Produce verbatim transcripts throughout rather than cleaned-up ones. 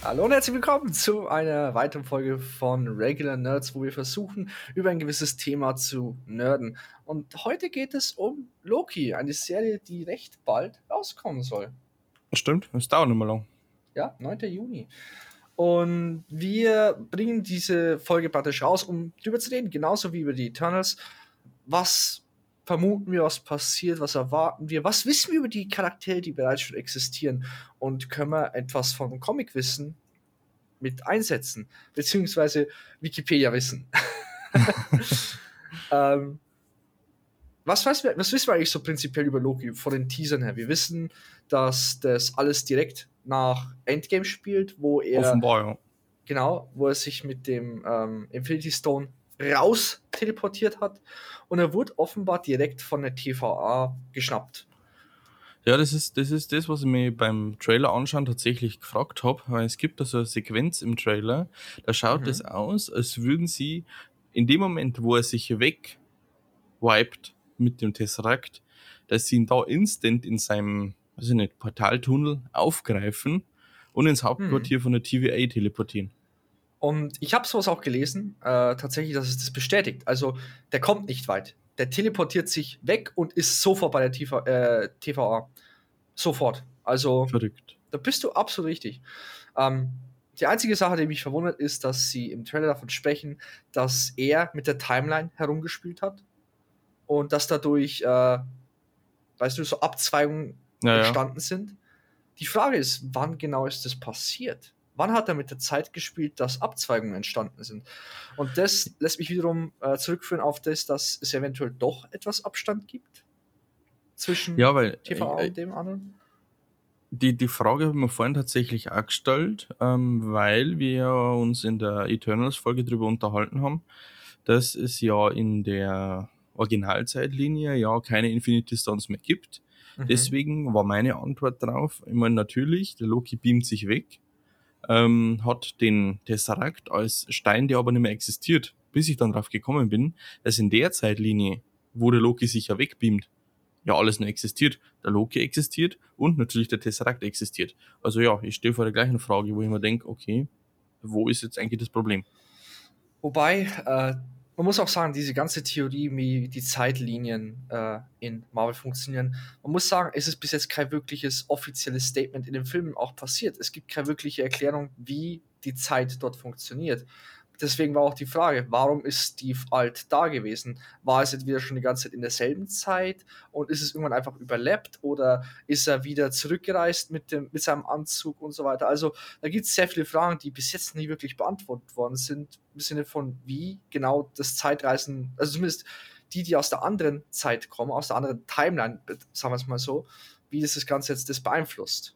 Hallo und herzlich willkommen zu einer weiteren Folge von Regular Nerds, wo wir versuchen, über ein gewisses Thema zu nerden. Und heute geht es um Loki, eine Serie, die recht bald rauskommen soll. Stimmt, es dauert nicht mehr lang. Ja, neunter Juni. Und wir bringen diese Folge praktisch raus, um darüber zu reden, genauso wie über die Eternals. Was vermuten wir, was passiert, was erwarten wir, was wissen wir über die Charaktere, die bereits schon existieren, und können wir etwas vom Comic-Wissen mit einsetzen, beziehungsweise Wikipedia-Wissen. ähm, was, weiß, was wissen wir eigentlich so prinzipiell über Loki von den Teasern her? Wir wissen, dass das alles direkt nach Endgame spielt, wo er Offenbar, ja. genau, wo er sich mit dem ähm, Infinity Stone raus teleportiert hat, und er wurde offenbar direkt von der T V A geschnappt. Ja, das ist, das ist das, was ich mir beim Trailer anschauen tatsächlich gefragt habe, weil es gibt da so eine Sequenz im Trailer, da schaut es Mhm. aus, als würden sie in dem Moment, wo er sich wegwiped mit dem Tesseract, dass sie ihn da instant in seinem, weiß ich nicht, Portaltunnel aufgreifen und ins Hauptquartier von der T V A teleportieren. Und ich habe sowas auch gelesen, äh, tatsächlich, dass es das bestätigt. Also, der kommt nicht weit. Der teleportiert sich weg und ist sofort bei der T V, äh, T V A. Sofort. Also, Verrückt. da bist du absolut richtig. Ähm, die einzige Sache, die mich verwundert, ist, dass sie im Trailer davon sprechen, dass er mit der Timeline herumgespielt hat und dass dadurch, äh, weißt du, so Abzweigungen Ja, ja. entstanden sind. Die Frage ist, wann genau ist das passiert? Wann hat er mit der Zeit gespielt, dass Abzweigungen entstanden sind? Und das lässt mich wiederum äh, zurückführen auf das, dass es eventuell doch etwas Abstand gibt zwischen Ja, weil T V A äh, und dem anderen. Die, die Frage habe ich mir vorhin tatsächlich auch gestellt, ähm, weil wir ja uns in der Eternals-Folge darüber unterhalten haben, dass es ja in der Originalzeitlinie ja keine Infinity Stones mehr gibt. Mhm. Deswegen war meine Antwort drauf, ich meine, natürlich, der Loki beamt sich weg, ähm, hat den Tesseract als Stein, der aber nicht mehr existiert, bis ich dann drauf gekommen bin, dass in der Zeitlinie, wo der Loki sich ja wegbeamt, ja alles nur existiert. Der Loki existiert und natürlich der Tesseract existiert. Also ja, ich stehe vor der gleichen Frage, wo ich mir denke, okay, wo ist jetzt eigentlich das Problem? Wobei, äh, man muss auch sagen, diese ganze Theorie, wie die Zeitlinien äh, in Marvel funktionieren, man muss sagen, es ist bis jetzt kein wirkliches offizielles Statement in den Filmen auch passiert. Es gibt keine wirkliche Erklärung, wie die Zeit dort funktioniert. Deswegen war auch die Frage, warum ist Steve alt da gewesen? War es jetzt wieder schon die ganze Zeit in derselben Zeit und ist es irgendwann einfach überlebt oder ist er wieder zurückgereist mit, dem, mit seinem Anzug und so weiter? Also da gibt es sehr viele Fragen, die bis jetzt nie wirklich beantwortet worden sind, im Sinne von, wie genau das Zeitreisen, also zumindest die, die aus der anderen Zeit kommen, aus der anderen Timeline, sagen wir es mal so, wie das das Ganze jetzt das beeinflusst.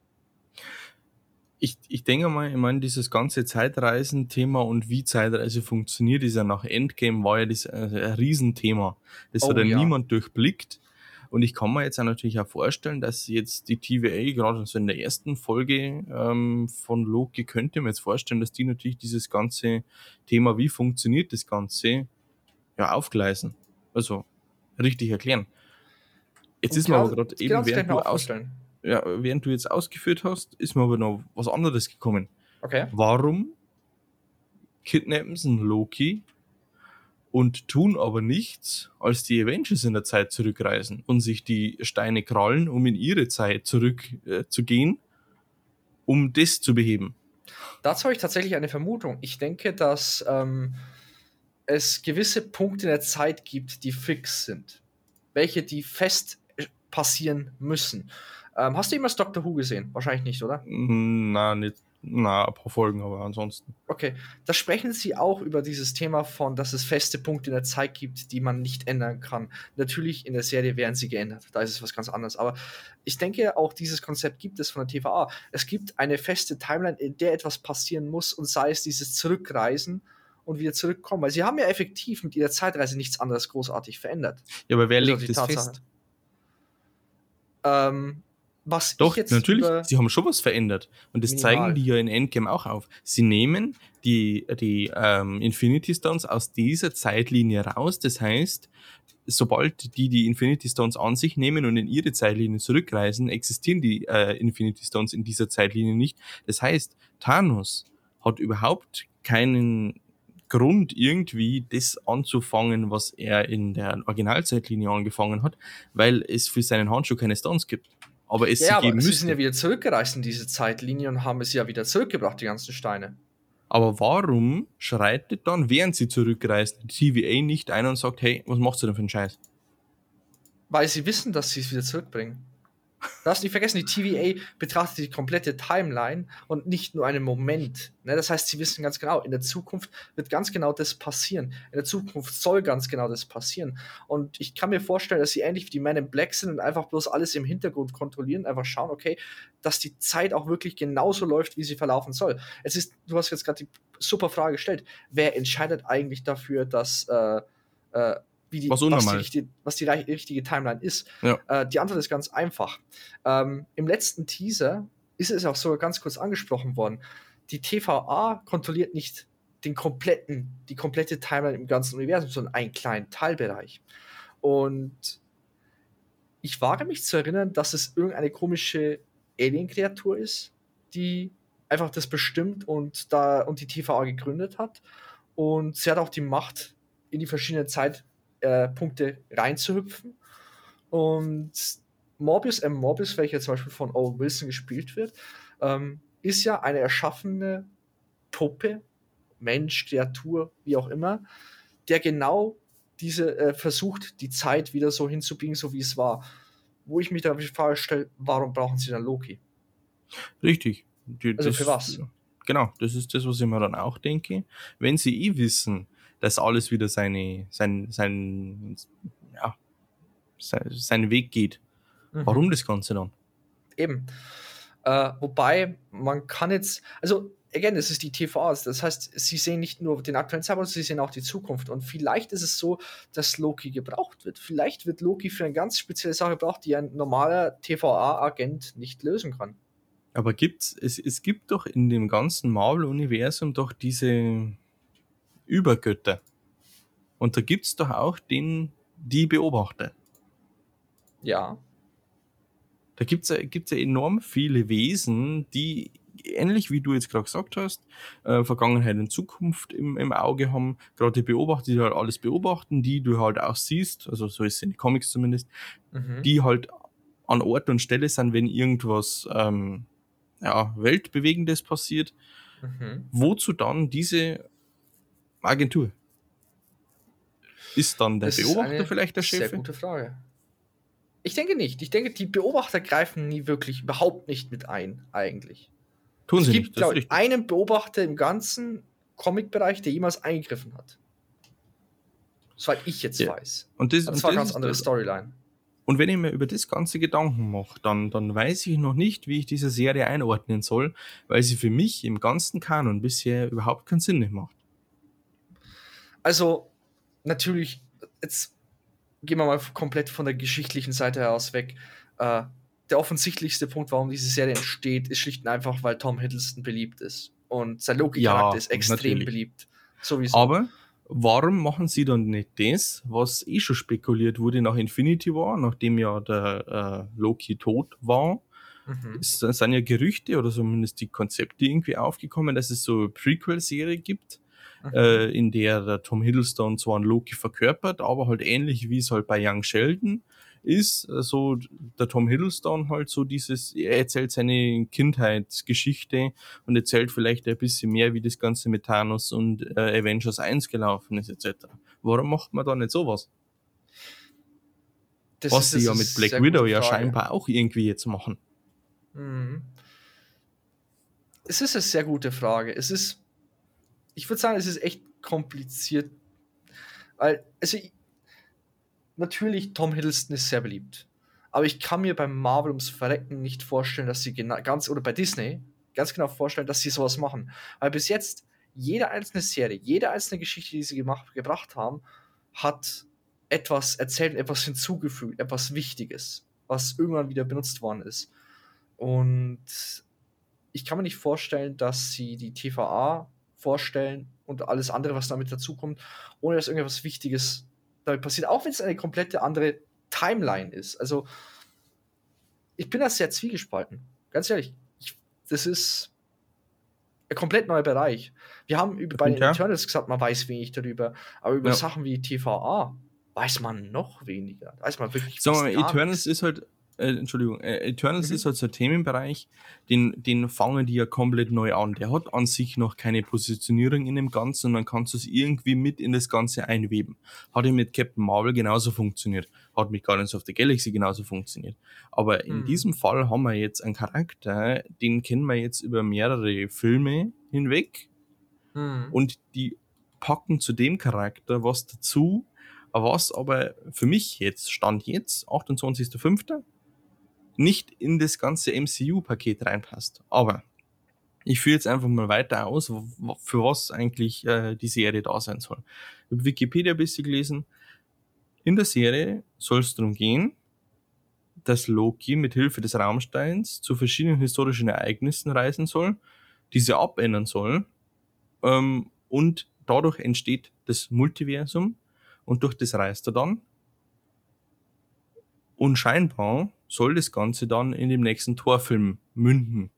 Ich, ich denke mal, ich meine, dieses ganze Zeitreisen-Thema und wie Zeitreise funktioniert, ist ja nach Endgame war ja das äh, ein Riesenthema. Das Oh hat ja ja. niemand durchblickt. Und ich kann mir jetzt auch natürlich auch vorstellen, dass jetzt die T V A, gerade so in der ersten Folge ähm, von Loki, könnte mir jetzt vorstellen, dass die natürlich dieses ganze Thema, wie funktioniert das Ganze, ja, aufgleisen. Also richtig erklären. Jetzt Und ist mir aber genau, gerade genau eben, das kann ich während mir du auch aus, vorstellen. ja, während du jetzt ausgeführt hast, ist mir aber noch was anderes gekommen. Okay. Warum kidnappen sie einen Loki und tun aber nichts, als die Avengers in der Zeit zurückreisen und sich die Steine krallen, um in ihre Zeit zurückzugehen, äh, zu gehen, um das zu beheben? Dazu habe ich tatsächlich eine Vermutung. Ich denke, dass ähm, es gewisse Punkte in der Zeit gibt, die fix sind. Welche, die fest passieren müssen. Ähm, hast du jemals Doctor Who gesehen? Wahrscheinlich nicht, oder? Na, nicht, na, ein paar Folgen, aber ansonsten. Okay, da sprechen sie auch über dieses Thema von, dass es feste Punkte in der Zeit gibt, die man nicht ändern kann. Natürlich, in der Serie werden sie geändert, da ist es was ganz anderes. Aber ich denke, auch dieses Konzept gibt es von der T V A. Es gibt eine feste Timeline, in der etwas passieren muss, und sei es dieses Zurückreisen und wieder zurückkommen. Weil sie haben ja effektiv mit ihrer Zeitreise nichts anderes großartig verändert. Ja, aber wer Bis auf legt die das Tatsache. fest? Ähm, was ich Doch, jetzt natürlich, über sie haben schon was verändert. Und das minimal. zeigen die ja in Endgame auch auf. Sie nehmen die, die ähm, Infinity Stones aus dieser Zeitlinie raus. Das heißt, sobald die die Infinity Stones an sich nehmen und in ihre Zeitlinie zurückreisen, existieren die äh, Infinity Stones in dieser Zeitlinie nicht. Das heißt, Thanos hat überhaupt keinen Grund, irgendwie das anzufangen, was er in der Originalzeitlinie angefangen hat, weil es für seinen Handschuh keine Stones gibt. Aber es Ja, sie ja, geben aber sie sind ja müsste. wieder zurückgereist in diese Zeitlinie und haben es ja wieder zurückgebracht, die ganzen Steine. Aber warum schreitet dann, während sie zurückreisen, die T V A nicht ein und sagt, hey, was macht ihr denn für einen Scheiß? Weil sie wissen, dass sie es wieder zurückbringen. Du darfst nicht vergessen, die T V A betrachtet die komplette Timeline und nicht nur einen Moment. Ne? Das heißt, sie wissen ganz genau, in der Zukunft wird ganz genau das passieren. In der Zukunft soll ganz genau das passieren. Und ich kann mir vorstellen, dass sie ähnlich wie die Men in Black sind und einfach bloß alles im Hintergrund kontrollieren, einfach schauen, okay, dass die Zeit auch wirklich genauso läuft, wie sie verlaufen soll. Es ist, du hast jetzt gerade die super Frage gestellt, wer entscheidet eigentlich dafür, dass äh, äh, wie die, Was was, die unnormal. richtige, was die rei- richtige Timeline ist. Ja. Äh, die Antwort ist ganz einfach. Ähm, Im letzten Teaser ist es auch sogar ganz kurz angesprochen worden. Die T V A kontrolliert nicht den kompletten, die komplette Timeline im ganzen Universum, sondern einen kleinen Teilbereich. Und ich wage mich zu erinnern, dass es irgendeine komische Alien-Kreatur ist, die einfach das bestimmt und da und die T V A gegründet hat. Und sie hat auch die Macht, in die verschiedenen Zeitpunkte äh, reinzuhüpfen. Und Morbius M. Morbius, welcher zum Beispiel von Owen Wilson gespielt wird, ähm, ist ja eine erschaffene Puppe, Mensch, Kreatur, wie auch immer, der genau diese äh, versucht, die Zeit wieder so hinzubiegen, so wie es war. Wo ich mich da die Frage stelle, warum brauchen sie dann Loki? Richtig. Die, Also das, für was? Genau, das ist das, was ich mir dann auch denke. Wenn sie eh wissen, dass alles wieder seine, sein, sein, ja, sein, seinen Weg geht, warum Mhm. das Ganze dann? Eben. Äh, wobei, man kann jetzt, also, again, es ist die T V As, das heißt, sie sehen nicht nur den aktuellen Zeitpunkt, sie sehen auch die Zukunft. Und vielleicht ist es so, dass Loki gebraucht wird. Vielleicht wird Loki für eine ganz spezielle Sache gebraucht, die ein normaler T V A-Agent nicht lösen kann. Aber gibt's, es, es gibt doch in dem ganzen Marvel-Universum doch diese Übergötter. Und da gibt's doch auch den, die Beobachter. Ja. Da gibt's ja, gibt's ja enorm viele Wesen, die ähnlich wie du jetzt gerade gesagt hast, äh, Vergangenheit und Zukunft im, im Auge haben. Gerade die Beobachter, die halt alles beobachten, die du halt auch siehst, also so ist es in den Comics zumindest, Mhm. die halt an Ort und Stelle sind, wenn irgendwas ähm, ja, Weltbewegendes passiert. Mhm. Wozu dann diese Agentur? Ist dann der Das ist Beobachter eine vielleicht der sehr Chef? gute Frage. Ich denke nicht. Ich denke, die Beobachter greifen nie wirklich überhaupt nicht mit ein, eigentlich. Tun Es sie gibt, nicht, das ist glaube ich, richtig. einen Beobachter im ganzen Comic-Bereich, der jemals eingegriffen hat. Soweit ich jetzt Ja. weiß. Und das, Aber das und war eine das ganz ist andere das. Storyline. Und wenn ich mir über das Ganze Gedanken mache, dann, dann weiß ich noch nicht, wie ich diese Serie einordnen soll, weil sie für mich im ganzen Kanon bisher überhaupt keinen Sinn mehr macht. Also, natürlich, jetzt gehen wir mal komplett von der geschichtlichen Seite heraus weg. Äh, der offensichtlichste Punkt, warum diese Serie entsteht, ist schlicht und einfach, weil Tom Hiddleston beliebt ist. Und sein Loki-Charakter Ja, ist extrem natürlich. beliebt. Sowieso. Aber warum machen sie dann nicht das, was eh schon spekuliert wurde nach Infinity War, nachdem ja der äh, Loki tot war? Mhm. Es sind ja Gerüchte oder zumindest die Konzepte irgendwie aufgekommen, dass es so eine Prequel-Serie gibt, Mhm. äh, in der der Tom Hiddleston zwar einen Loki verkörpert, aber halt ähnlich wie es halt bei Young Sheldon ist, äh, so der Tom Hiddleston halt so dieses, er erzählt seine Kindheitsgeschichte und erzählt vielleicht ein bisschen mehr, wie das Ganze mit Thanos und äh, Avengers eins gelaufen ist, et cetera. Warum macht man da nicht sowas? Das Was ist sie jetzt ja eine mit Black sehr Widow gute ja Frage. scheinbar auch irgendwie jetzt machen. Mhm. Es ist eine sehr gute Frage. Es ist, ich würde sagen, es ist echt kompliziert. Weil, also, natürlich, Tom Hiddleston ist sehr beliebt. Aber ich kann mir beim Marvel ums Verrecken nicht vorstellen, dass sie genau, ganz, oder bei Disney, ganz genau vorstellen, dass sie sowas machen. Weil bis jetzt, jede einzelne Serie, jede einzelne Geschichte, die sie gemacht, gebracht haben, hat etwas erzählt, etwas hinzugefügt, etwas Wichtiges, was irgendwann wieder benutzt worden ist. Und ich kann mir nicht vorstellen, dass sie die T V A vorstellen und alles andere, was damit dazukommt, ohne dass irgendetwas Wichtiges damit passiert, auch wenn es eine komplette andere Timeline ist. Also, ich bin da sehr zwiegespalten. Ganz ehrlich, ich, das ist ein komplett neuer Bereich. Wir haben über, bei den ja. Eternals gesagt, man weiß wenig darüber, aber über Ja. Sachen wie T V A weiß man noch weniger. Weiß man wirklich Sagen wir fast mal, gar Eternals nichts. ist halt, äh, Entschuldigung, äh, Eternals Mhm. ist halt so ein Themenbereich, den, den fangen die ja komplett neu an. Der hat an sich noch keine Positionierung in dem Ganzen und dann kannst du es irgendwie mit in das Ganze einweben. Hat ja mit Captain Marvel genauso funktioniert. Hat mit Guardians of the Galaxy genauso funktioniert. Aber in Mhm. diesem Fall haben wir jetzt einen Charakter, den kennen wir jetzt über mehrere Filme hinweg Mhm. und die packen zu dem Charakter was dazu, was aber für mich jetzt, Stand jetzt, achtundzwanzigster fünfter nicht in das ganze M C U-Paket reinpasst. Aber ich führe jetzt einfach mal weiter aus, w- für was eigentlich äh, die Serie da sein soll. Ich habe Wikipedia ein bisschen gelesen. In der Serie soll es darum gehen, dass Loki mit Hilfe des Raumsteins zu verschiedenen historischen Ereignissen reisen soll, diese abändern soll, ähm, und dadurch entsteht das Multiversum und durch das reist er dann. Und scheinbar soll das Ganze dann in dem nächsten Torfilm münden.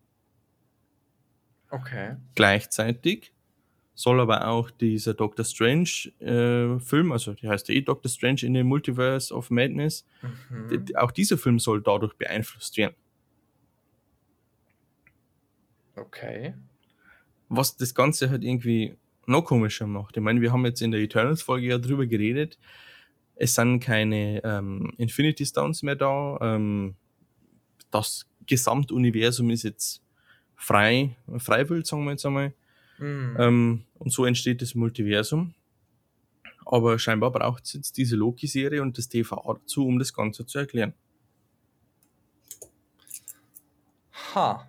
Okay. Gleichzeitig soll aber auch dieser Doctor Strange äh, Film, also der heißt ja eh Doctor Strange in the Multiverse of Madness, Mhm. d- auch dieser Film soll dadurch beeinflusst werden. Okay. Was das Ganze halt irgendwie noch komischer macht. Ich meine, wir haben jetzt in der Eternals-Folge ja drüber geredet, es sind keine ähm, Infinity Stones mehr da, ähm, das Gesamtuniversum ist jetzt frei, freiwillig, sagen wir jetzt einmal. Mhm. Ähm, und so entsteht das Multiversum. Aber scheinbar braucht es jetzt diese Loki-Serie und das T V A dazu, um das Ganze zu erklären. Ha.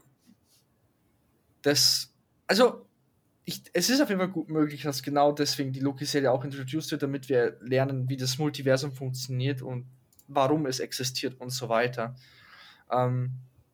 Das, also, ich, es ist auf jeden Fall gut möglich, dass genau deswegen die Loki-Serie auch introduced wird, damit wir lernen, wie das Multiversum funktioniert und warum es existiert und so weiter. Ähm,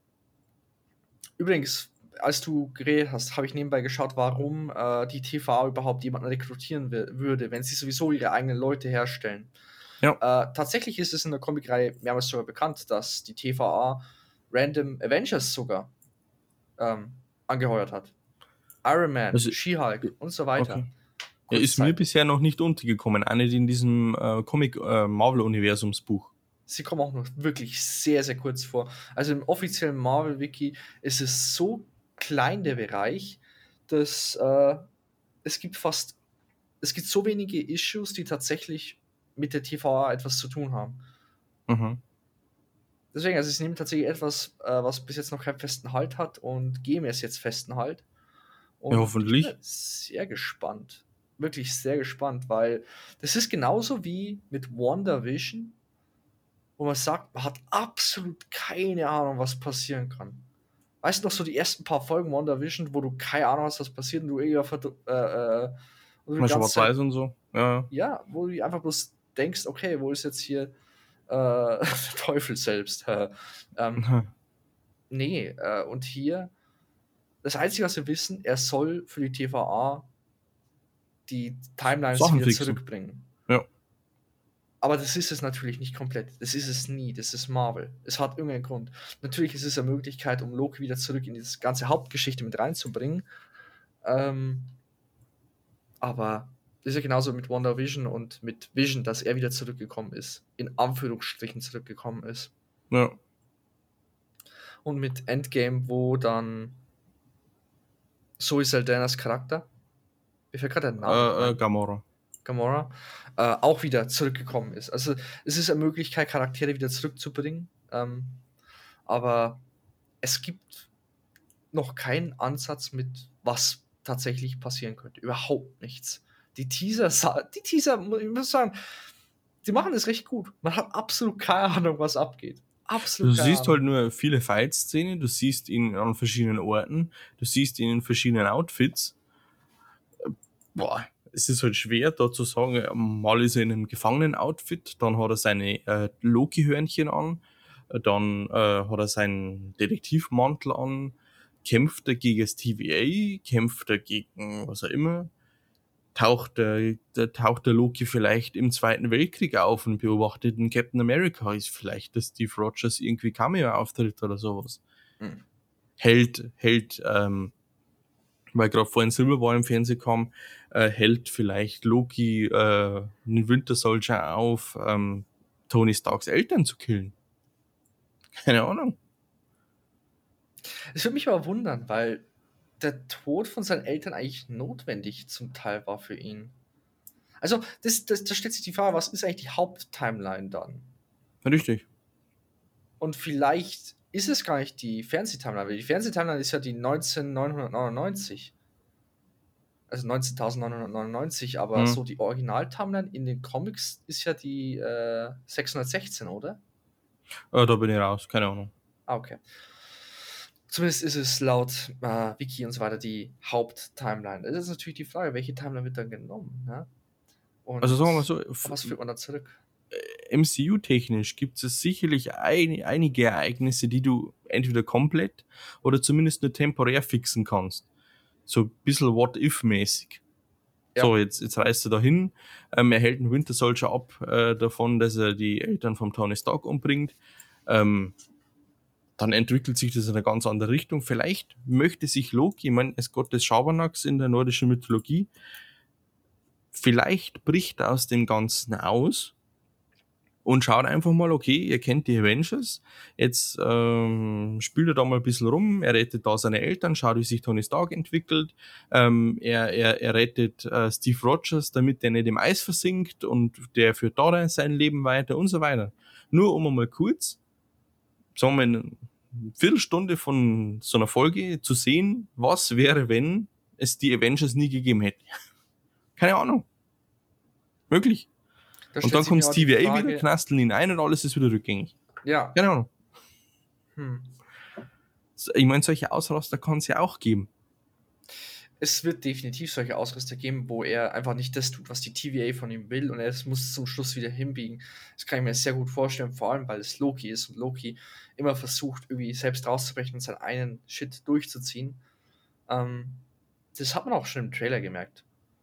übrigens, als du geredet hast, habe ich nebenbei geschaut, warum äh, die T V A überhaupt jemanden rekrutieren wi- würde, wenn sie sowieso ihre eigenen Leute herstellen. Ja. Äh, tatsächlich ist es in der Comicreihe mehrmals sogar bekannt, dass die T V A Random Avengers sogar ähm, angeheuert hat. Iron Man, Also, She-Hulk und so weiter. okay. Er ist mir bisher noch nicht untergekommen, auch nicht in diesem äh, Comic-Marvel-Universumsbuch. Sie kommen auch noch wirklich sehr, sehr kurz vor. Also im offiziellen Marvel-Wiki ist es so klein, der Bereich, dass äh, es gibt fast, es gibt so wenige Issues, die tatsächlich mit der T V A etwas zu tun haben. Mhm. Deswegen, also sie nehmen tatsächlich etwas, äh, was bis jetzt noch keinen festen Halt hat und geben es jetzt festen Halt. Und Ja, ich hoffentlich. bin sehr gespannt. Wirklich sehr gespannt, weil das ist genauso wie mit WandaVision, wo man sagt, man hat absolut keine Ahnung, was passieren kann. Weißt du noch so die ersten paar Folgen WandaVision, wo du keine Ahnung hast, was passiert und du irgendwie äh, äh, und du die Mal ganze Zeit, schwarz-weiß und so. Ja. ja, wo du einfach bloß denkst, okay, wo ist jetzt hier äh, der Teufel selbst? Äh, ähm, nee, äh, und hier, das Einzige, was wir wissen, er soll für die T V A die Timelines Sachen wieder fixen. zurückbringen. Ja. Aber das ist es natürlich nicht komplett. Das ist es nie. Das ist Marvel. Es hat irgendeinen Grund. Natürlich ist es eine Möglichkeit, um Loki wieder zurück in diese ganze Hauptgeschichte mit reinzubringen. Ähm, aber das ist ja genauso mit WandaVision und mit Vision, dass er wieder zurückgekommen ist. In Anführungsstrichen zurückgekommen ist. Ja. Und mit Endgame, wo dann Zoe Saldanas Charakter, mir fällt gerade der Name nicht Äh, äh, ein, Gamora. Gamora, äh, auch wieder zurückgekommen ist. Also es ist eine Möglichkeit, Charaktere wieder zurückzubringen. Ähm, aber es gibt noch keinen Ansatz mit, was tatsächlich passieren könnte. Überhaupt nichts. Die Teaser, sa- die Teaser, mu- ich muss sagen, die machen es recht gut. Man hat absolut keine Ahnung, was abgeht. Du Absolut keine siehst halt Ahnung. nur viele Fight-Szenen, du siehst ihn an verschiedenen Orten, du siehst ihn in verschiedenen Outfits. Boah, es ist halt schwer, da zu sagen, mal ist er in einem Gefangenen-Outfit, dann hat er seine äh, Loki-Hörnchen an, äh, dann äh, hat er seinen Detektivmantel an, kämpft er gegen das T V A, kämpft er gegen was auch immer. taucht der, der, taucht der Loki vielleicht im Zweiten Weltkrieg auf und beobachtet den Captain America. Ist vielleicht der Steve Rogers irgendwie Cameo-Auftritt oder sowas. Mhm. Hält, hält, ähm, weil gerade vorhin Silver War im Fernsehen kam, äh, hält vielleicht Loki äh, einen Winter Soldier auf, ähm, Tony Starks Eltern zu killen. Keine Ahnung. Es würde mich aber wundern, weil der Tod von seinen Eltern eigentlich notwendig zum Teil war für ihn. Also, das, das, da stellt sich die Frage, was ist eigentlich die Haupttimeline dann? Richtig. Und vielleicht ist es gar nicht die Fernsehtimeline, weil die Fernsehtimeline ist ja die neunzehnhundertneunundneunzig. Also neunzehntausendneunhundertneunundneunzig, aber Hm. so die Original-Timeline in den Comics ist ja die äh, sechshundertsechzehn, oder? Äh, da bin ich raus, keine Ahnung. Ah, okay. Zumindest ist es laut äh, Wiki und so weiter die Haupt-Timeline. Das ist natürlich die Frage, welche Timeline wird dann genommen? Ne? Also sagen wir mal Und so, auf was führt man da zurück? M C U-technisch gibt es sicherlich ein, einige Ereignisse, die du entweder komplett oder zumindest nur temporär fixen kannst. So ein bisschen What-If-mäßig. Ja. So, jetzt, jetzt reist er dahin, ähm, er hält einen Winter Soldier ab äh, davon, dass er die Eltern vom Tony Stark umbringt. Ähm, dann entwickelt sich das in eine ganz andere Richtung. Vielleicht möchte sich Loki, ich meine, es ist Gott des Schabernacks in der nordischen Mythologie, vielleicht bricht er aus dem Ganzen aus und schaut einfach mal, okay, ihr kennt die Avengers, jetzt ähm, spielt er da mal ein bisschen rum, er rettet da seine Eltern, schaut, wie sich Tony Stark entwickelt, ähm, er, er, er rettet äh, Steve Rogers, damit der nicht im Eis versinkt und der führt da sein Leben weiter und so weiter. Nur um einmal kurz, sagen wir, in einer Viertelstunde von so einer Folge zu sehen, was wäre, wenn es die Avengers nie gegeben hätte. Keine Ahnung. Möglich. Da Und stellt dann sich kommt mir auch die Stevie A wieder, Frage, knasteln ihn ein und alles ist wieder rückgängig. ja, Keine Ahnung. hm. Ich meine, solche Ausraster kann es ja auch geben. Es wird definitiv solche Ausrüster geben, wo er einfach nicht das tut, was die T V A von ihm will und er muss zum Schluss wieder hinbiegen. Das kann ich mir sehr gut vorstellen, vor allem, weil es Loki ist und Loki immer versucht, irgendwie selbst rauszubrechen und seinen einen Shit durchzuziehen. Ähm, das hat man auch schon im Trailer gemerkt.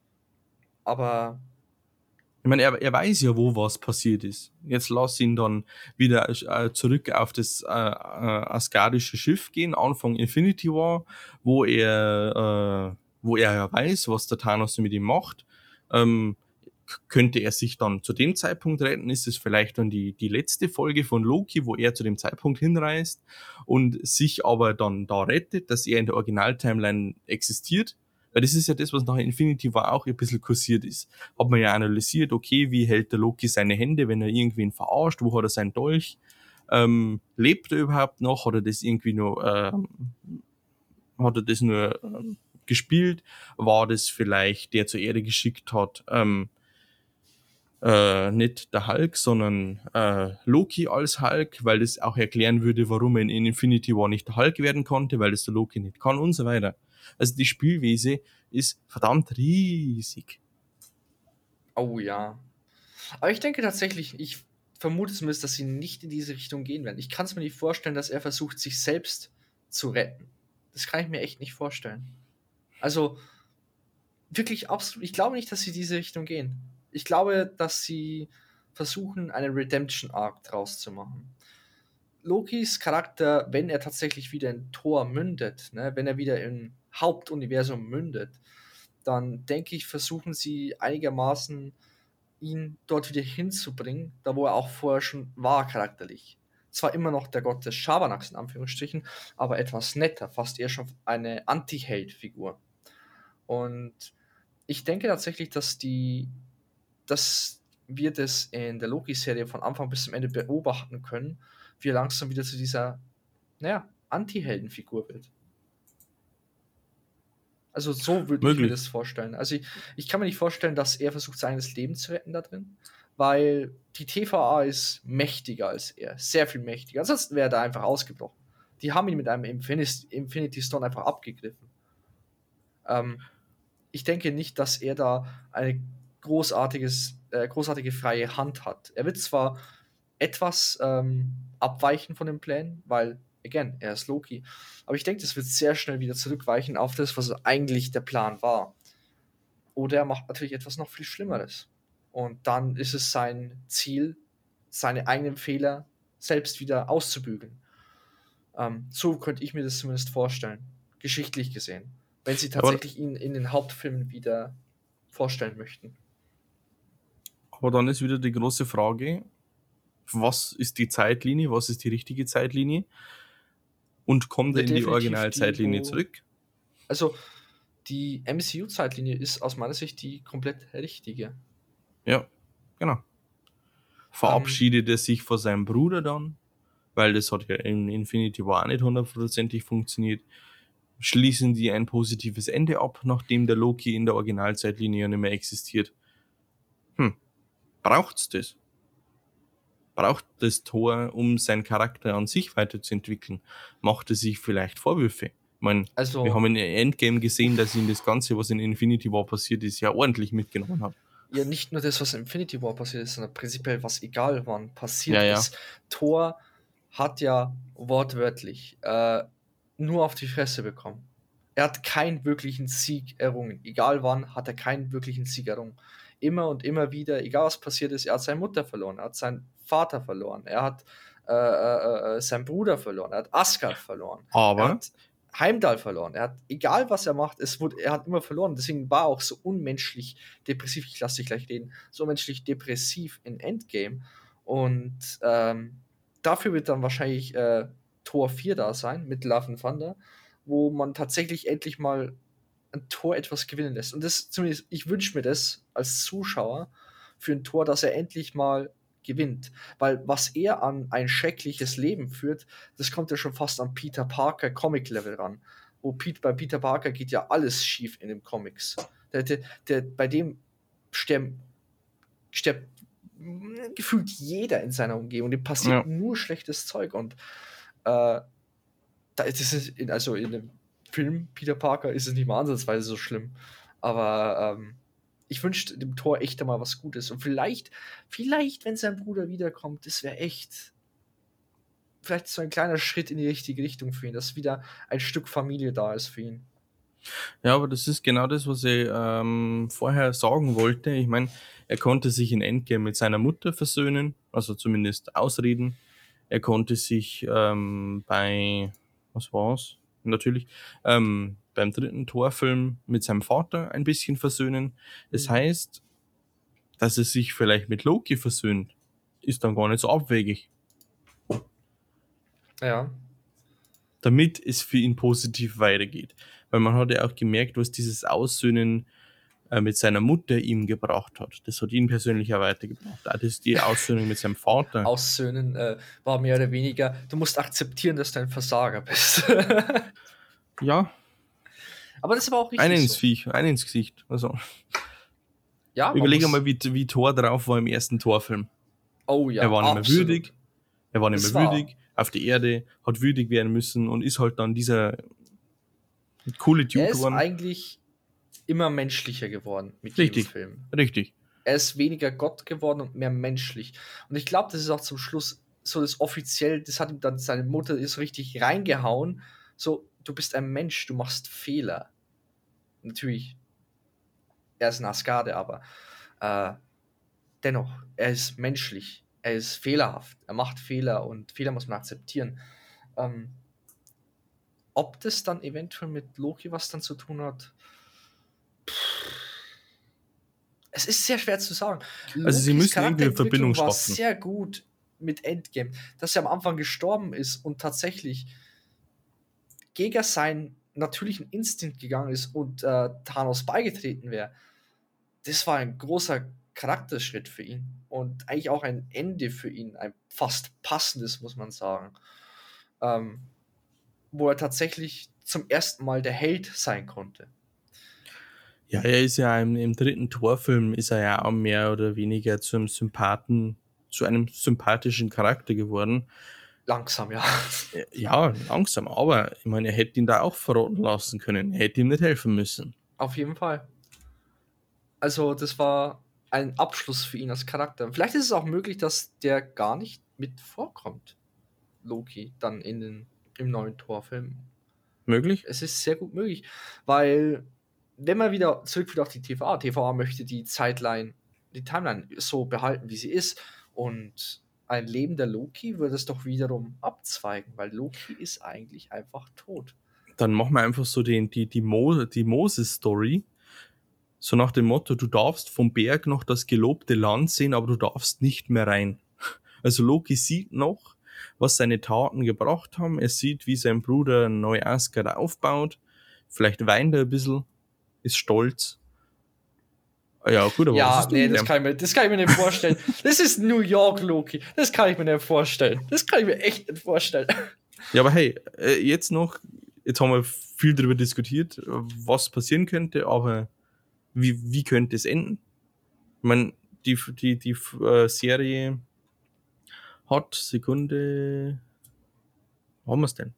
Aber Ich meine, er, er weiß ja, wo was passiert ist. Jetzt lass ihn dann wieder äh, zurück auf das äh, äh, asgardische Schiff gehen, Anfang Infinity War, wo er, äh, wo er ja weiß, was der Thanos mit ihm macht. Ähm, könnte er sich dann zu dem Zeitpunkt retten? Ist es vielleicht dann die, die letzte Folge von Loki, wo er zu dem Zeitpunkt hinreist und sich aber dann da rettet, dass er in der Original-Timeline existiert? Weil das ist ja das, was nach Infinity War auch ein bisschen kursiert ist. Hat man ja analysiert, okay, wie hält der Loki seine Hände, wenn er irgendwen verarscht, wo hat er seinen Dolch? Ähm, lebt er überhaupt noch? Hat er das irgendwie nur, ähm, hat er das nur ähm, gespielt? War das vielleicht, der zur Erde geschickt hat, ähm, äh, nicht der Hulk, sondern äh, Loki als Hulk, weil das auch erklären würde, warum er in Infinity War nicht der Hulk werden konnte, weil das der Loki nicht kann und so weiter. Also die Spielwiese ist verdammt riesig. oh ja. Aber ich denke tatsächlich, ich vermute zumindest, dass sie nicht in diese Richtung gehen werden. Ich kann es mir nicht vorstellen, dass er versucht, sich selbst zu retten. Das kann ich mir echt nicht vorstellen. Also, wirklich absolut, ich glaube nicht, dass sie diese Richtung gehen. Ich glaube, dass sie versuchen, einen Redemption-Arc draus zu machen. Lokis Charakter, wenn er tatsächlich wieder in Thor mündet, ne, wenn er wieder im Hauptuniversum mündet, dann denke ich, versuchen sie einigermaßen ihn dort wieder hinzubringen, da wo er auch vorher schon war charakterlich. Zwar immer noch der Gott des Schabernacks in Anführungsstrichen, aber etwas netter, fast eher schon eine Anti-Held-Figur. Und ich denke tatsächlich, dass die, dass wir das in der Loki-Serie von Anfang bis zum Ende beobachten können, wie er langsam wieder zu dieser, naja, Anti-Helden-Figur wird. Also so würde ich mir Möglich. das vorstellen. Also ich, ich kann mir nicht vorstellen, dass er versucht, sein eigenes Leben zu retten da drin, weil die T V A ist mächtiger als er, sehr viel mächtiger. Ansonsten wäre er da einfach ausgebrochen. Die haben ihn mit einem Infinity, Infinity Stone einfach abgegriffen. Ähm, ich denke nicht, dass er da eine großartiges, äh, großartige freie Hand hat. Er wird zwar etwas ähm, abweichen von den Plänen, weil, again, er ist Loki. Aber ich denke, das wird sehr schnell wieder zurückweichen auf das, was eigentlich der Plan war. Oder er macht natürlich etwas noch viel Schlimmeres. Und dann ist es sein Ziel, seine eigenen Fehler selbst wieder auszubügeln. Ähm, so könnte ich mir das zumindest vorstellen, geschichtlich gesehen, wenn sie Aber, tatsächlich ihn in den Hauptfilmen wieder vorstellen möchten. aber dann ist wieder die große Frage, was ist die Zeitlinie, was ist die richtige Zeitlinie und kommt Ja, er in die definitiv die, Originalzeitlinie wo. zurück? Also, die M C U-Zeitlinie ist aus meiner Sicht die komplett richtige. Ja, genau. Ähm, Verabschiedet er sich von seinem Bruder dann, weil das hat ja in Infinity War auch nicht hundertprozentig funktioniert. Schließen die ein positives Ende ab, nachdem der Loki in der Originalzeitlinie ja nicht mehr existiert? Hm, braucht's das? Braucht das Thor, um seinen Charakter an sich weiterzuentwickeln? Macht er sich vielleicht Vorwürfe? Ich meine, wir also, haben in Endgame gesehen, dass ihn das Ganze, was in Infinity War passiert ist, ja ordentlich mitgenommen hat. ja, nicht nur das, was in Infinity War passiert ist, sondern prinzipiell, was egal wann Ja, passiert ja. ist. Thor hat ja wortwörtlich äh, nur auf die Fresse bekommen. Er hat keinen wirklichen Sieg errungen. Egal wann, hat er keinen wirklichen Sieg errungen. Immer und immer wieder, egal was passiert ist, er hat seine Mutter verloren, er hat seinen Vater verloren, er hat äh, äh, äh, seinen Bruder verloren, er hat Asgard verloren, er Aber, hat Heimdall verloren. Er hat, egal was er macht, es wurde, er hat immer verloren. Deswegen war er auch so unmenschlich depressiv, ich lasse dich gleich reden, so menschlich depressiv in Endgame. Und ähm, dafür wird dann wahrscheinlich äh, Tor vier da sein mit Love and Thunder, wo man tatsächlich endlich mal ein Tor etwas gewinnen lässt. Und das zumindest, ich wünsche mir das als Zuschauer für ein Tor, dass er endlich mal gewinnt. Weil was er an ein schreckliches Leben führt, das kommt ja schon fast an Peter Parker Comic-Level ran. Wo Pete, bei Peter Parker geht ja alles schief in den Comics. Der, der, der, bei dem sterben, stirbt gefühlt jeder in seiner Umgebung. Dem passiert ja, nur schlechtes Zeug. Und äh, da ist es in, also in dem Film Peter Parker ist es nicht mal ansatzweise so schlimm. Aber ähm, ich wünschte dem Tor echt einmal was Gutes. Und vielleicht, vielleicht, wenn sein Bruder wiederkommt, das wäre echt vielleicht so ein kleiner Schritt in die richtige Richtung für ihn, dass wieder ein Stück Familie da ist für ihn. ja, aber das ist genau das, was ich ähm, vorher sagen wollte. Ich meine, er konnte sich in Endgame mit seiner Mutter versöhnen, also zumindest ausreden. Er konnte sich ähm, bei, was war's? Natürlich, ähm, beim dritten Torfilm mit seinem Vater ein bisschen versöhnen. Das Mhm. heißt, dass er sich vielleicht mit Loki versöhnt, ist dann gar nicht so abwegig, Ja. damit es für ihn positiv weitergeht. Weil man hat ja auch gemerkt, was dieses Aussöhnen äh, mit seiner Mutter ihm gebracht hat. Das hat ihn persönlich auch weitergebracht. Auch das, die Aussöhnung mit seinem Vater. Aussöhnen äh, war mehr oder weniger, du musst akzeptieren, dass du ein Versager bist. Ja, Aber das war auch einen richtig ins so. Viech, einen ins Gesicht. Also, Ja, man überlege mal, muss. wie, wie Thor drauf war im ersten Torfilm. Oh Er ja, war nicht mehr absolut. würdig, er war nicht Es mehr war. würdig auf die Erde, hat würdig werden müssen und ist halt dann dieser coole Er Dude ist geworden. eigentlich immer menschlicher geworden mit jedem Richtig, Film. richtig. Er ist weniger Gott geworden und mehr menschlich. Und ich glaube, das ist auch zum Schluss so das offiziell, das hat ihm dann seine Mutter ist richtig reingehauen. So, du bist ein Mensch, du machst Fehler. Natürlich, er ist ein Asgade, aber äh, dennoch, er ist menschlich. Er ist fehlerhaft. Er macht Fehler und Fehler muss man akzeptieren. Ähm, ob das dann eventuell mit Loki was dann zu tun hat, es ist sehr schwer zu sagen. Also sie Lokis müssen irgendwie eine Verbindung Charakterentwicklung war schaffen. sehr gut mit Endgame. Dass er am Anfang gestorben ist und tatsächlich gegen seinen natürlichen Instinkt gegangen ist und äh, Thanos beigetreten wäre, das war ein großer Charakterschritt für ihn. Und eigentlich auch ein Ende für ihn. Ein fast passendes, muss man sagen. Ähm, wo er tatsächlich zum ersten Mal der Held sein konnte. Ja, er ist ja im, im dritten Torfilm ist er ja auch mehr oder weniger zu einem Sympathen, zu einem sympathischen Charakter geworden. Langsam, ja. Äh, Ja, langsam, aber ich meine, er hätte ihn da auch verrotten lassen können. Er hätte ihm nicht helfen müssen. Auf jeden Fall. Also, das war ein Abschluss für ihn als Charakter. Vielleicht ist es auch möglich, dass der gar nicht mit vorkommt, Loki, dann in den, im neuen Torfilm. Möglich? Es ist sehr gut möglich, weil wenn man wieder zurück wieder auf die T V A, T V A möchte die Zeitline, die Timeline so behalten, wie sie ist. Und ein lebender Loki würde es doch wiederum abzweigen, weil Loki ist eigentlich einfach tot. Dann machen wir einfach so den, die, die, Mo, die Moses-Story. So nach dem Motto, du darfst vom Berg noch das gelobte Land sehen, aber du darfst nicht mehr rein. Also Loki sieht noch, was seine Taten gebracht haben. Er sieht, wie sein Bruder neu Asgard aufbaut. Vielleicht weint er ein bisschen, ist stolz. Ja, gut, aber was Ja, ist du nee, mit das dem? kann, ich mir, das kann ich mir nicht vorstellen. Das ist New York, Loki. Das kann ich mir nicht vorstellen. Das kann ich mir echt nicht vorstellen. Ja, aber hey, äh, jetzt noch, jetzt haben wir viel darüber diskutiert, äh, was passieren könnte, aber wie, wie könnte es enden? Ich meine, die, die, die äh, Serie hat, Sekunde, wo haben wir es denn?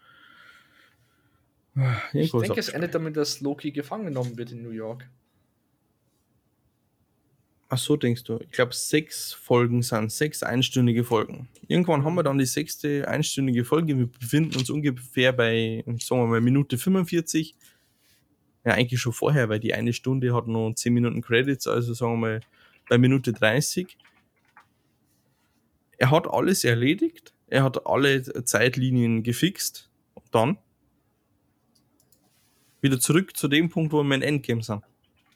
Ich Irgendwo ist denke, es abgespeichert. endet damit, dass Loki gefangen genommen wird in New York. Ach so, denkst du. Ich glaube, sechs Folgen sind, sechs einstündige Folgen. Irgendwann haben wir dann die sechste einstündige Folge. Wir befinden uns ungefähr bei, sagen wir mal, Minute fünfundvierzig. Ja, eigentlich schon vorher, weil die eine Stunde hat noch zehn Minuten Credits, also sagen wir mal bei Minute dreißig. Er hat alles erledigt. Er hat alle Zeitlinien gefixt. Und dann wieder zurück zu dem Punkt, wo wir in Endgame sind.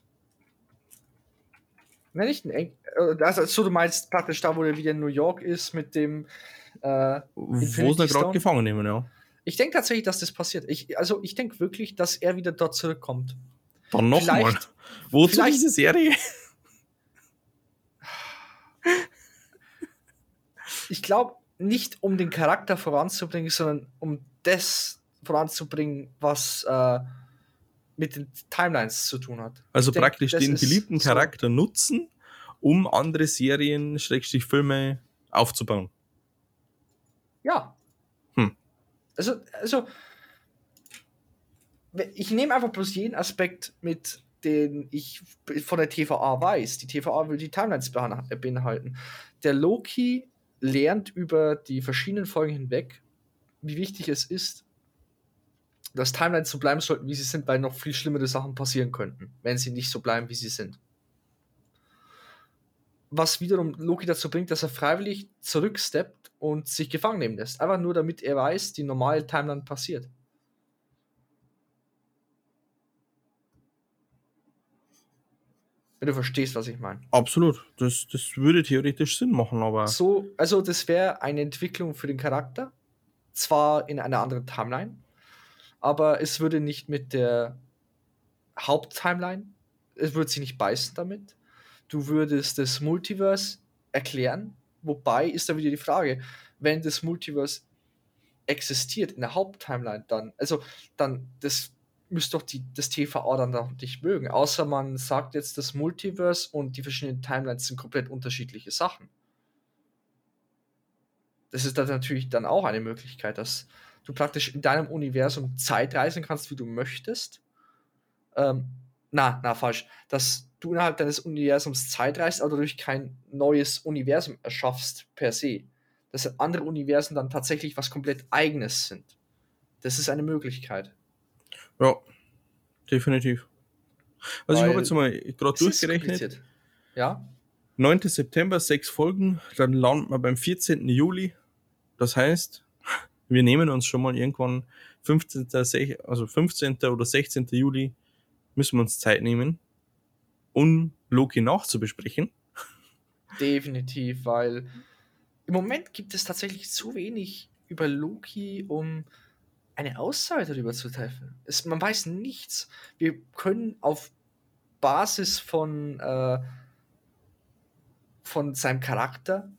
Wenn nicht ein Eng also, so du meinst praktisch da, wo er wieder in New York ist mit dem äh, Wo sie Infinity ihn gerade Stone. gefangen nehmen, ja. Ich denke tatsächlich, dass das passiert. Ich, also ich denke wirklich, dass er wieder dort zurückkommt. Dann nochmal. Vielleicht- Wozu vielleicht- diese Serie? Ich glaube, nicht um den Charakter voranzubringen, sondern um das voranzubringen, was äh, mit den Timelines zu tun hat. Also Ich denk, praktisch das den ist beliebten so- Charakter nutzen, um andere Serien, Schrägstrich Filme aufzubauen. Ja. Hm. Also, also ich nehme einfach bloß jeden Aspekt mit, den ich von der T V A weiß. Die T V A will die Timelines behan- beinhalten. Der Loki lernt über die verschiedenen Folgen hinweg, wie wichtig es ist, dass Timelines so bleiben sollten, wie sie sind, weil noch viel schlimmere Sachen passieren könnten, wenn sie nicht so bleiben, wie sie sind. Was wiederum Loki dazu bringt, dass er freiwillig zurücksteppt und sich gefangen nehmen lässt. Einfach nur, damit er weiß, die normale Timeline passiert. Wenn du verstehst, was ich meine. Absolut. Das, das würde theoretisch Sinn machen, aber So, also das wäre eine Entwicklung für den Charakter. Zwar in einer anderen Timeline, aber es würde nicht mit der Haupttimeline, es würde sich nicht beißen damit. Du würdest das Multiverse erklären, wobei ist da wieder die Frage, wenn das Multiverse existiert in der Haupttimeline, dann, also dann, das müsste doch die, das T V A dann doch nicht mögen, außer man sagt jetzt, das Multiverse und die verschiedenen Timelines sind komplett unterschiedliche Sachen. Das ist dann natürlich dann auch eine Möglichkeit, dass du praktisch in deinem Universum Zeit reisen kannst, wie du möchtest. Ähm, na, na, falsch. Dass du innerhalb deines Universums Zeit reist, aber dadurch kein neues Universum erschaffst per se. Dass andere Universen dann tatsächlich was komplett Eigenes sind. Das ist eine Möglichkeit. ja, definitiv. Also ich Weil habe jetzt mal gerade es ist durchgerechnet. kompliziert. Ja, neunten September, sechs Folgen, dann landen wir beim vierzehnten Juli. Das heißt, wir nehmen uns schon mal irgendwann fünfzehnten, sech- also fünfzehnten oder sechzehnten Juli müssen wir uns Zeit nehmen, um Loki nachzubesprechen. definitiv, weil im Moment gibt es tatsächlich zu wenig über Loki, um eine Aussage darüber zu treffen. Es, man weiß nichts. Wir können auf Basis von, äh, von seinem Charakter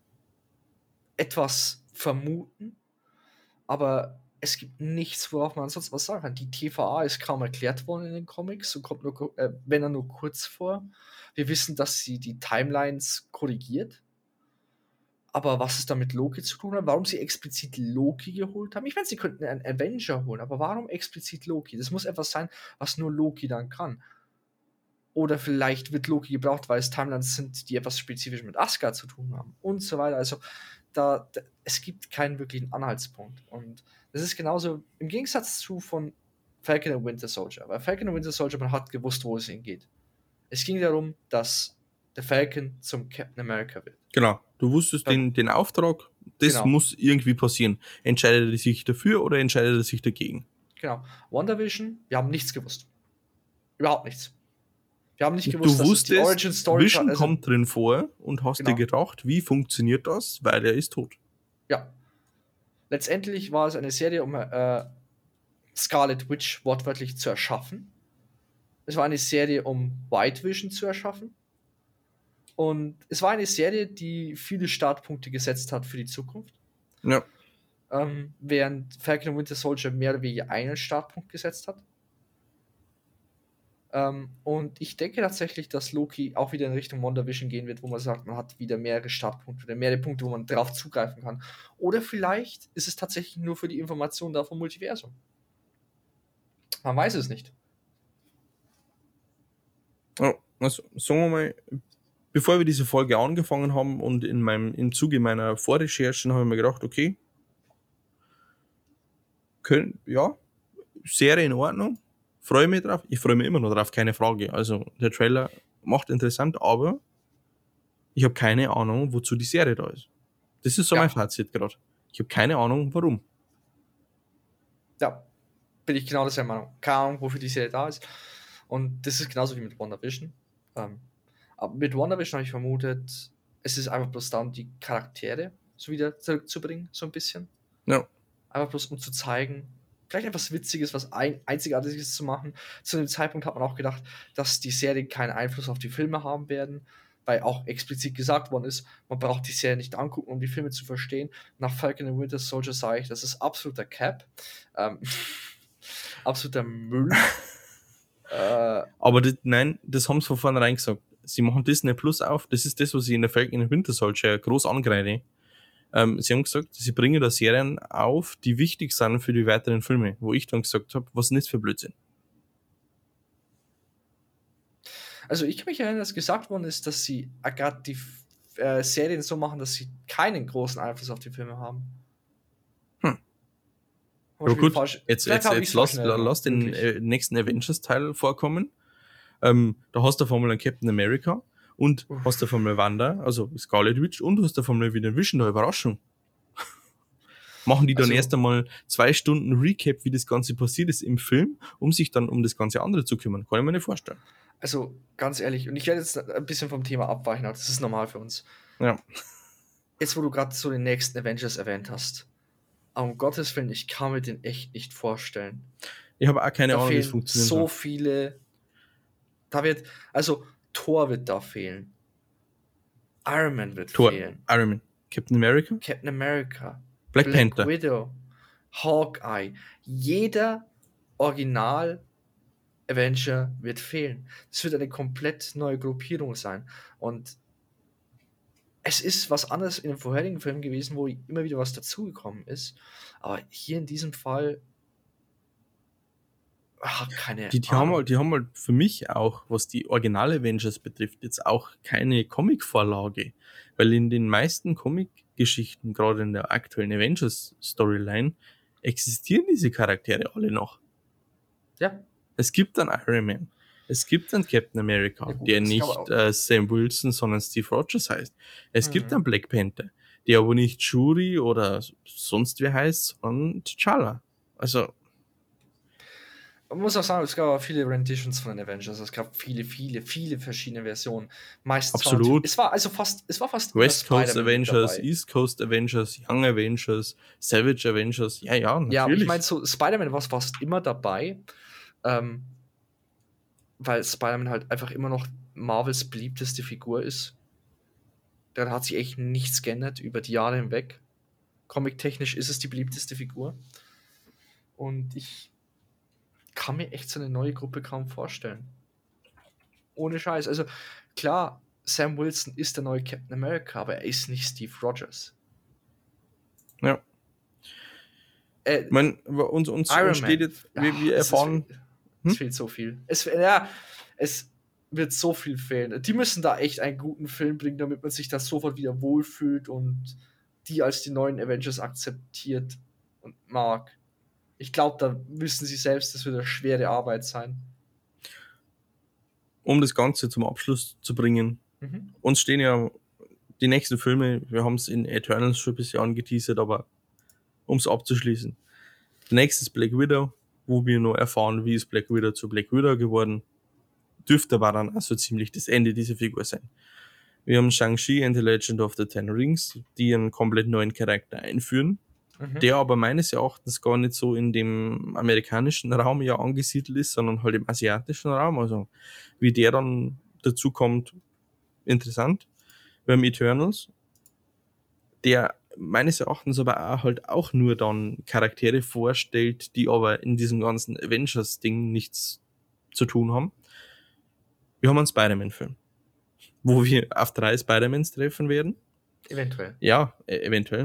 etwas vermuten, aber es gibt nichts, worauf man sonst was sagen kann. Die T V A ist kaum erklärt worden in den Comics und kommt nur, äh, wenn er nur kurz vor. Wir wissen, dass sie die Timelines korrigiert. Aber was es da mit Loki zu tun hat, warum sie explizit Loki geholt haben? Ich meine, sie könnten einen Avenger holen, aber warum explizit Loki? Das muss etwas sein, was nur Loki dann kann. Oder vielleicht wird Loki gebraucht, weil es Timelines sind, die etwas spezifisch mit Asgard zu tun haben und so weiter. Also da, da es gibt keinen wirklichen Anhaltspunkt. Und das ist genauso im Gegensatz zu von Falcon and Winter Soldier. Weil Falcon and Winter Soldier, man hat gewusst, wo es hingeht. Es ging darum, dass der Falcon zum Captain America wird. Genau. Du wusstest Ja. den, den Auftrag, das Genau. muss irgendwie passieren. Entscheidet er sich dafür oder entscheidet er sich dagegen? Genau. WandaVision, wir haben nichts gewusst. Überhaupt nichts. Wir haben nicht Du gewusst, dass es die wusstest, Origin Story Vision also, kommt drin vor und hast Genau. dir gedacht, wie funktioniert das? Weil er ist tot. Ja. Letztendlich war es eine Serie, um äh, Scarlet Witch wortwörtlich zu erschaffen. Es war eine Serie, um White Vision zu erschaffen. Und es war eine Serie, die viele Startpunkte gesetzt hat für die Zukunft. Ja. Ähm, während Falcon and Winter Soldier mehr oder weniger einen Startpunkt gesetzt hat. Ähm, und ich denke tatsächlich, dass Loki auch wieder in Richtung WandaVision gehen wird, wo man sagt, man hat wieder mehrere Startpunkte oder mehrere Punkte, wo man drauf zugreifen kann. Oder vielleicht ist es tatsächlich nur für die Information da vom Multiversum. Man weiß es nicht. Ja, also, sagen wir mal, bevor wir diese Folge angefangen haben und in meinem, im Zuge meiner Vorrecherchen habe ich mir gedacht, okay, können, ja, Serie in Ordnung, freue mich drauf. Ich freue mich immer noch drauf, keine Frage. Also der Trailer macht interessant, aber ich habe keine Ahnung, wozu die Serie da ist. Das ist so Ja. mein Fazit gerade. Ich habe keine Ahnung, warum. Ja, bin ich genau derselben Meinung. Keine Ahnung, wofür die Serie da ist. Und das ist genauso wie mit WandaVision. Ähm, aber mit WandaVision habe ich vermutet, es ist einfach bloß da, um die Charaktere so wieder zurückzubringen, so ein bisschen. Ja. Einfach bloß um zu zeigen, vielleicht etwas Witziges, was ein, Einzigartiges zu machen. Zu dem Zeitpunkt hat man auch gedacht, dass die Serien keinen Einfluss auf die Filme haben werden, weil auch explizit gesagt worden ist, man braucht die Serie nicht angucken, um die Filme zu verstehen. Nach Falcon and Winter Soldier sage ich, das ist absoluter Cap. Ähm, absoluter Müll. äh, Aber das, nein, das haben sie von vornherein gesagt. Sie machen Disney Plus auf. Das ist das, was ich in der Falcon and Winter Soldier groß angreife. Ähm, sie haben gesagt, sie bringen da Serien auf, die wichtig sind für die weiteren Filme. Wo ich dann gesagt habe, was nicht für Blödsinn. Also ich kann mich erinnern, dass gesagt worden ist, dass sie gerade die äh, Serien so machen, dass sie keinen großen Einfluss auf die Filme haben. Hm. Aber Ja gut, falsch. jetzt, Vielleicht jetzt, habe jetzt ich's lass, falsch in Erinnerung, lass den wirklich. äh, nächsten Avengers-Teil vorkommen. Ähm, da hast du auf einmal einen Captain America und Uff. hast du auf einmal Wanda, also Scarlet Witch, und du hast auf einmal wieder Vision, eine Überraschung. Machen die dann Also- erst einmal zwei Stunden Recap, wie das Ganze passiert ist im Film, um sich dann um das ganze andere zu kümmern. Kann ich mir nicht vorstellen. Also ganz ehrlich, und ich werde jetzt ein bisschen vom Thema abweichen, aber das ist normal für uns. Ja. Jetzt, wo du gerade so den nächsten Avengers erwähnt hast, um Gottes Willen, ich kann mir den echt nicht vorstellen. Ich habe auch keine Da Ahnung, wie es fehlen funktioniert. so viele. Da wird, also Thor wird da fehlen. Iron Man wird Thor, fehlen. Iron Man, Captain America, Captain America, Black, Black Panther. Widow, Hawkeye. Jeder Original Avenger wird fehlen. Es wird eine komplett neue Gruppierung sein. Und es ist was anderes in dem vorherigen Film gewesen, wo immer wieder was dazugekommen ist. Aber hier in diesem Fall. Ach, keine Die, die, haben Ahnung. halt, die haben halt für mich auch, was die Original Avengers betrifft, jetzt auch keine Comic-Vorlage. Weil in den meisten Comic-Geschichten, gerade in der aktuellen Avengers-Storyline, existieren diese Charaktere alle noch. Ja, Es gibt einen Iron Man, es gibt einen Captain America, Ja, gut, der es gab nicht auch- äh, Sam Wilson, sondern Steve Rogers heißt. Es Mhm. gibt einen Black Panther, der aber nicht Shuri oder sonst wer heißt, sondern T'Challa. Also, man muss auch sagen, es gab auch viele Renditions von den Avengers. Es gab viele, viele, viele verschiedene Versionen. Meistens Absolut. Waren, es war also fast, es war fast immer West Coast Spider-Man mit Avengers, dabei. East Coast Avengers, Young Avengers, Savage Avengers, ja, ja, natürlich. Ja, aber ich meine, so Spider-Man war fast immer dabei, ähm, weil Spider-Man halt einfach immer noch Marvels beliebteste Figur ist. Da hat sich echt nichts geändert über die Jahre hinweg. Comic-technisch ist es die beliebteste Figur. Und ich kann mir echt so eine neue Gruppe kaum vorstellen. Ohne Scheiß. Also, klar, Sam Wilson ist der neue Captain America, aber er ist nicht Steve Rogers. Ja. Äh, Ich meine, uns, uns, Iron uns steht Man. jetzt, wir, wir Ach, es ist- erfahren, Es Hm? fehlt so viel. Es, ja, es wird so viel fehlen. Die müssen da echt einen guten Film bringen, damit man sich da sofort wieder wohlfühlt und die als die neuen Avengers akzeptiert und mag. Ich glaube, da wissen sie selbst, das wird eine schwere Arbeit sein. Um das Ganze zum Abschluss zu bringen, Mhm. uns stehen ja die nächsten Filme, wir haben es in Eternals schon ein bisschen angeteasert, aber um es abzuschließen. Der nächste ist Black Widow, wo wir noch erfahren, wie ist Black Widow zu Black Widow geworden. Dürfte aber dann also ziemlich das Ende dieser Figur sein. Wir haben Shang-Chi and the Legend of the Ten Rings, die einen komplett neuen Charakter einführen, Mhm. der aber meines Erachtens gar nicht so in dem amerikanischen Raum ja angesiedelt ist, sondern halt im asiatischen Raum. Also wie der dann dazu kommt, interessant. Wir haben Eternals, der meines Erachtens aber auch halt auch nur dann Charaktere vorstellt, die aber in diesem ganzen Avengers-Ding nichts zu tun haben. Wir haben einen Spider-Man-Film, wo wir auf drei Spider-Mans treffen werden. Eventuell. Ja, e- eventuell.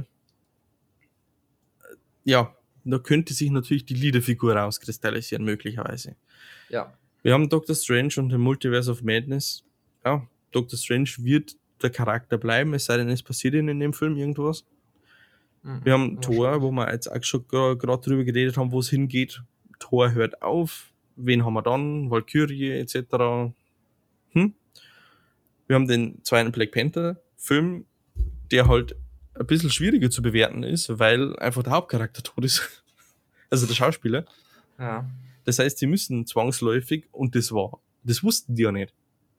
Ja, da könnte sich natürlich die Leader-Figur rauskristallisieren, möglicherweise. Ja. Wir haben Doctor Strange und den Multiverse of Madness. Ja, Doctor Strange wird der Charakter bleiben, es sei denn, es passiert ihnen in dem Film irgendwas. Mhm. Wir haben Thor, wo wir jetzt auch schon gerade drüber geredet haben, wo es hingeht. Thor hört auf. Wen haben wir dann? Valkyrie et cetera. Hm? Wir haben den zweiten Black Panther-Film, der halt ein bisschen schwieriger zu bewerten ist, weil einfach der Hauptcharakter tot ist. Also der Schauspieler. Ja. Das heißt, sie müssen zwangsläufig, und das war, das wussten die ja nicht.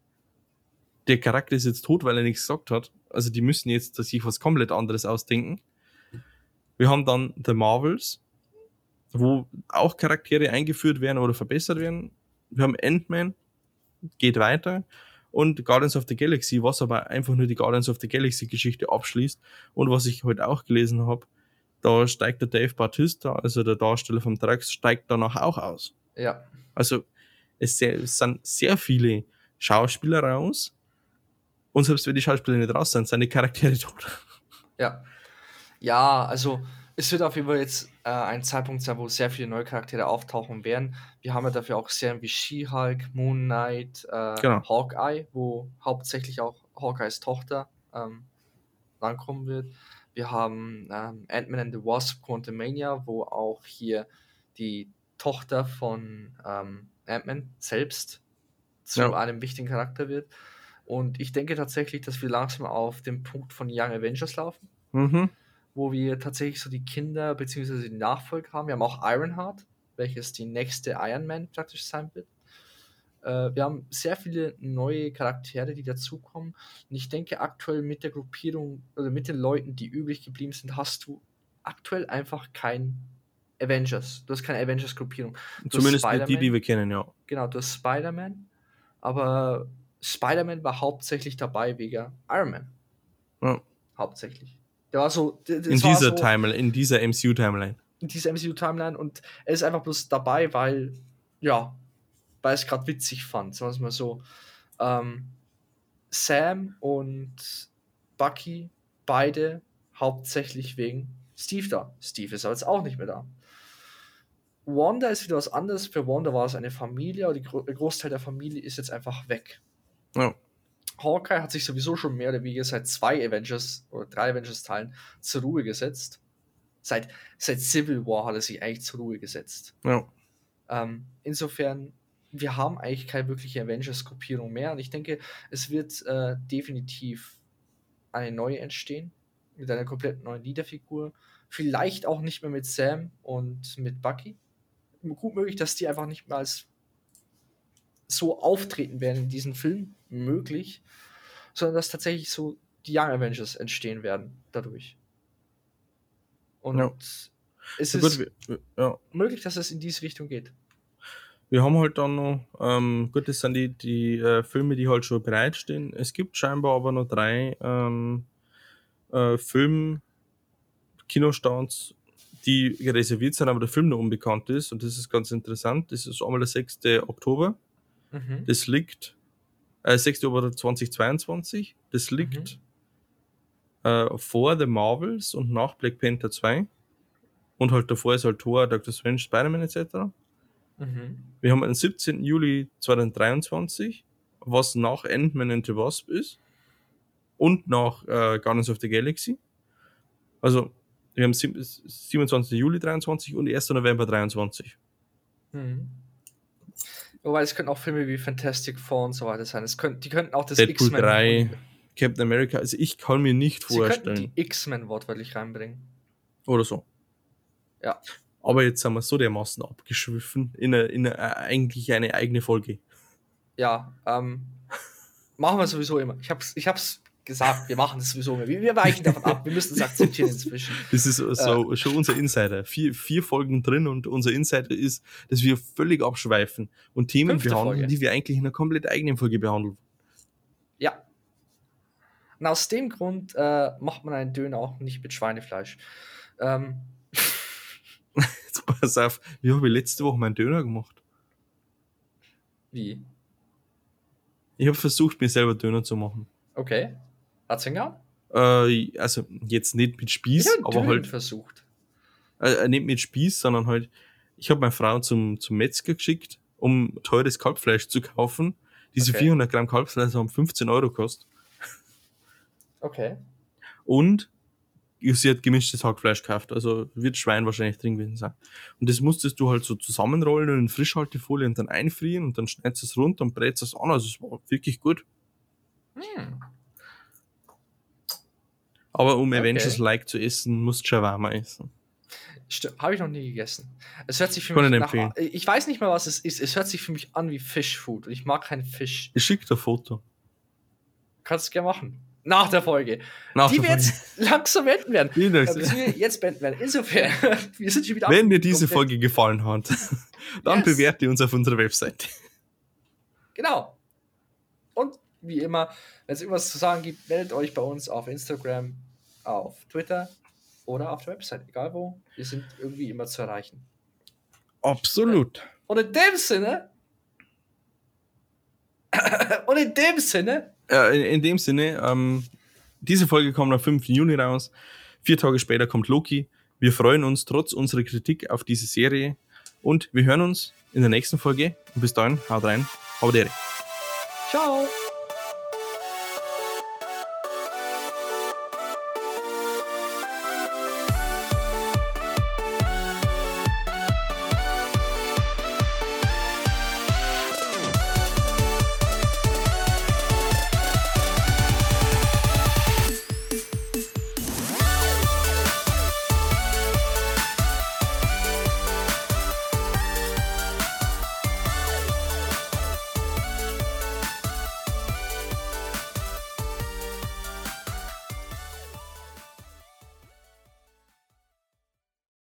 Der Charakter ist jetzt tot, weil er nichts gesagt hat. Also die müssen jetzt sich was komplett anderes ausdenken. Wir haben dann The Marvels, wo auch Charaktere eingeführt werden oder verbessert werden. Wir haben Ant-Man, geht weiter. Und Guardians of the Galaxy, was aber einfach nur die Guardians of the Galaxy Geschichte abschließt. Und was ich heute auch gelesen habe, da steigt der Dave Bautista, also der Darsteller vom Drax, steigt danach auch aus. Ja. Also es, sehr, es sind sehr viele Schauspieler raus. Und selbst wenn die Schauspieler nicht raus sind, sind die Charaktere tot. Ja. Ja, also es wird auf jeden Fall jetzt äh, ein Zeitpunkt sein, wo sehr viele neue Charaktere auftauchen werden. Wir haben ja dafür auch Serien wie She-Hulk, Moon Knight, äh, Genau. Hawkeye, wo hauptsächlich auch Hawkeyes Tochter ähm, rankommen wird. Wir haben ähm, Ant-Man and the Wasp, Quantumania, wo auch hier die Tochter von ähm, Ant-Man selbst zu Ja. einem wichtigen Charakter wird. Und ich denke tatsächlich, dass wir langsam auf den Punkt von Young Avengers laufen, Mhm. wo wir tatsächlich so die Kinder bzw. die Nachfolger haben. Wir haben auch Ironheart, welches die nächste Iron Man praktisch sein wird. Äh, wir haben sehr viele neue Charaktere, die dazukommen. Und ich denke, aktuell mit der Gruppierung oder mit den Leuten, die übrig geblieben sind, hast du aktuell einfach kein Avengers. Du hast keine Avengers-Gruppierung. Du hast Zumindest nicht die, Spider-Man. die wir kennen, ja. Genau, du hast Spider-Man, aber Spider-Man war hauptsächlich dabei wegen Iron Man. Ja. Hauptsächlich. Der war so, d- das In war dieser so Timeline, in dieser M C U-Timeline. in dieser M C U-Timeline und er ist einfach bloß dabei, weil, ja, weil es gerade witzig fand, sagen wir es mal so. Ähm, Sam und Bucky, beide hauptsächlich wegen Steve da. Steve ist aber jetzt auch nicht mehr da. Wanda ist wieder was anderes. Für Wanda war es eine Familie, aber die Gro der Großteil der Familie ist jetzt einfach weg. Ja. Hawkeye hat sich sowieso schon mehr oder weniger seit zwei Avengers oder drei Avengers-Teilen zur Ruhe gesetzt. Seit, seit Civil War hat er sich eigentlich zur Ruhe gesetzt. Ja. Ähm, insofern, wir haben eigentlich keine wirkliche Avengers-Gruppierung mehr und ich denke, es wird äh, definitiv eine neue entstehen, mit einer komplett neuen Leaderfigur. Vielleicht auch nicht mehr mit Sam und mit Bucky. Gut möglich, dass die einfach nicht mehr als so auftreten werden in diesem Film, möglich, sondern dass tatsächlich so die Young Avengers entstehen werden dadurch. Und Ja. es Ja, ist gut, wir, ja. möglich, dass es in diese Richtung geht. Wir haben halt dann noch, ähm, gut, das sind die, die äh, Filme, die halt schon bereitstehen. Es gibt scheinbar aber noch drei ähm, äh, Film-Kinostarts, die reserviert sind, aber der Film noch unbekannt ist. Und das ist ganz interessant. Das ist einmal der sechste Oktober. Mhm. Das liegt, äh, sechste Oktober zweitausendzweiundzwanzig. Das liegt Mhm. äh, vor The Marvels und nach Black Panther zwei. Und halt davor ist halt Thor, Doctor Strange, Spider-Man et cetera. Mhm. Wir haben den siebzehnten Juli zweitausenddreiundzwanzig, was nach Ant-Man and the Wasp ist und nach äh, Guardians of the Galaxy. Also Wir haben siebenundzwanzigsten Juli dreiundzwanzig und ersten November dreiundzwanzig. Hm. Wobei es könnten auch Filme wie Fantastic Four und so weiter sein. Es könnt, die könnten auch das Deadpool X-Men. drei, Captain America. Also ich kann mir nicht Sie könnten vorstellen. die X-Men wortwörtlich reinbringen. Oder so. Ja. Aber jetzt sind wir so dermaßen abgeschwiffen in, eine, in eine, eigentlich eine eigene Folge. Ja, ähm, machen wir sowieso immer. Ich hab's, ich hab's gesagt, wir machen das sowieso immer. Wir, wir weichen davon ab, wir müssen es akzeptieren inzwischen. Das ist so Äh. schon unser Insider. Vier, vier Folgen drin und unser Insider ist, dass wir völlig abschweifen und Themen Fünfte behandeln, Folge. die wir eigentlich in einer komplett eigenen Folge behandeln. Ja. Und aus dem Grund äh, macht man einen Döner auch nicht mit Schweinefleisch. Ähm. Jetzt pass auf, wie habe ich letzte Woche meinen Döner gemacht? Wie? Ich habe versucht, mir selber Döner zu machen. Okay. Hat's hingehauen? Äh, also jetzt nicht mit Spieß, Ich hab aber Döner halt versucht. Äh, nicht mit Spieß, sondern halt, ich habe meine Frau zum, zum Metzger geschickt, um teures Kalbfleisch zu kaufen. Diese Okay. vierhundert Gramm Kalbfleisch haben fünfzehn Euro gekostet. Okay. Und sie hat gemischtes Hackfleisch gekauft, also wird Schwein wahrscheinlich drin gewesen sein. Und das musstest du halt so zusammenrollen und in Frischhaltefolie und dann einfrieren und dann schneidest du es runter und brätst es an. Also es war wirklich gut. Hm. Aber um Okay. Avengers-like zu essen, musst du Shawarma essen. Stimmt, habe ich noch nie gegessen. Es hört sich für Kann mich ich nach, empfehlen. ich weiß nicht mal, was es ist. Es hört sich für mich an wie Fischfood und ich mag keinen Fisch. Ich schicke dir ein Foto. Kannst du gerne machen. Nach der Folge. Nach die der wir Folge. jetzt langsam beenden werden. Vielen Dank. Ja, bis wir jetzt beenden werden. Insofern, wir sind schon wieder Wenn dir diese komplett- Folge gefallen hat, dann Yes. bewerte uns auf unserer Webseite. Genau. Und wie immer, wenn es irgendwas zu sagen gibt, meldet euch bei uns auf Instagram, auf Twitter oder auf der Website. Egal wo. Wir sind irgendwie immer zu erreichen. Absolut. Und in dem Sinne. Und in dem Sinne. Ja, in, in dem Sinne, ähm, diese Folge kommt am fünften Juni raus. Vier Tage später kommt Loki. Wir freuen uns trotz unserer Kritik auf diese Serie. Und wir hören uns in der nächsten Folge. Und bis dahin, haut rein. Haut Ehre. Ciao.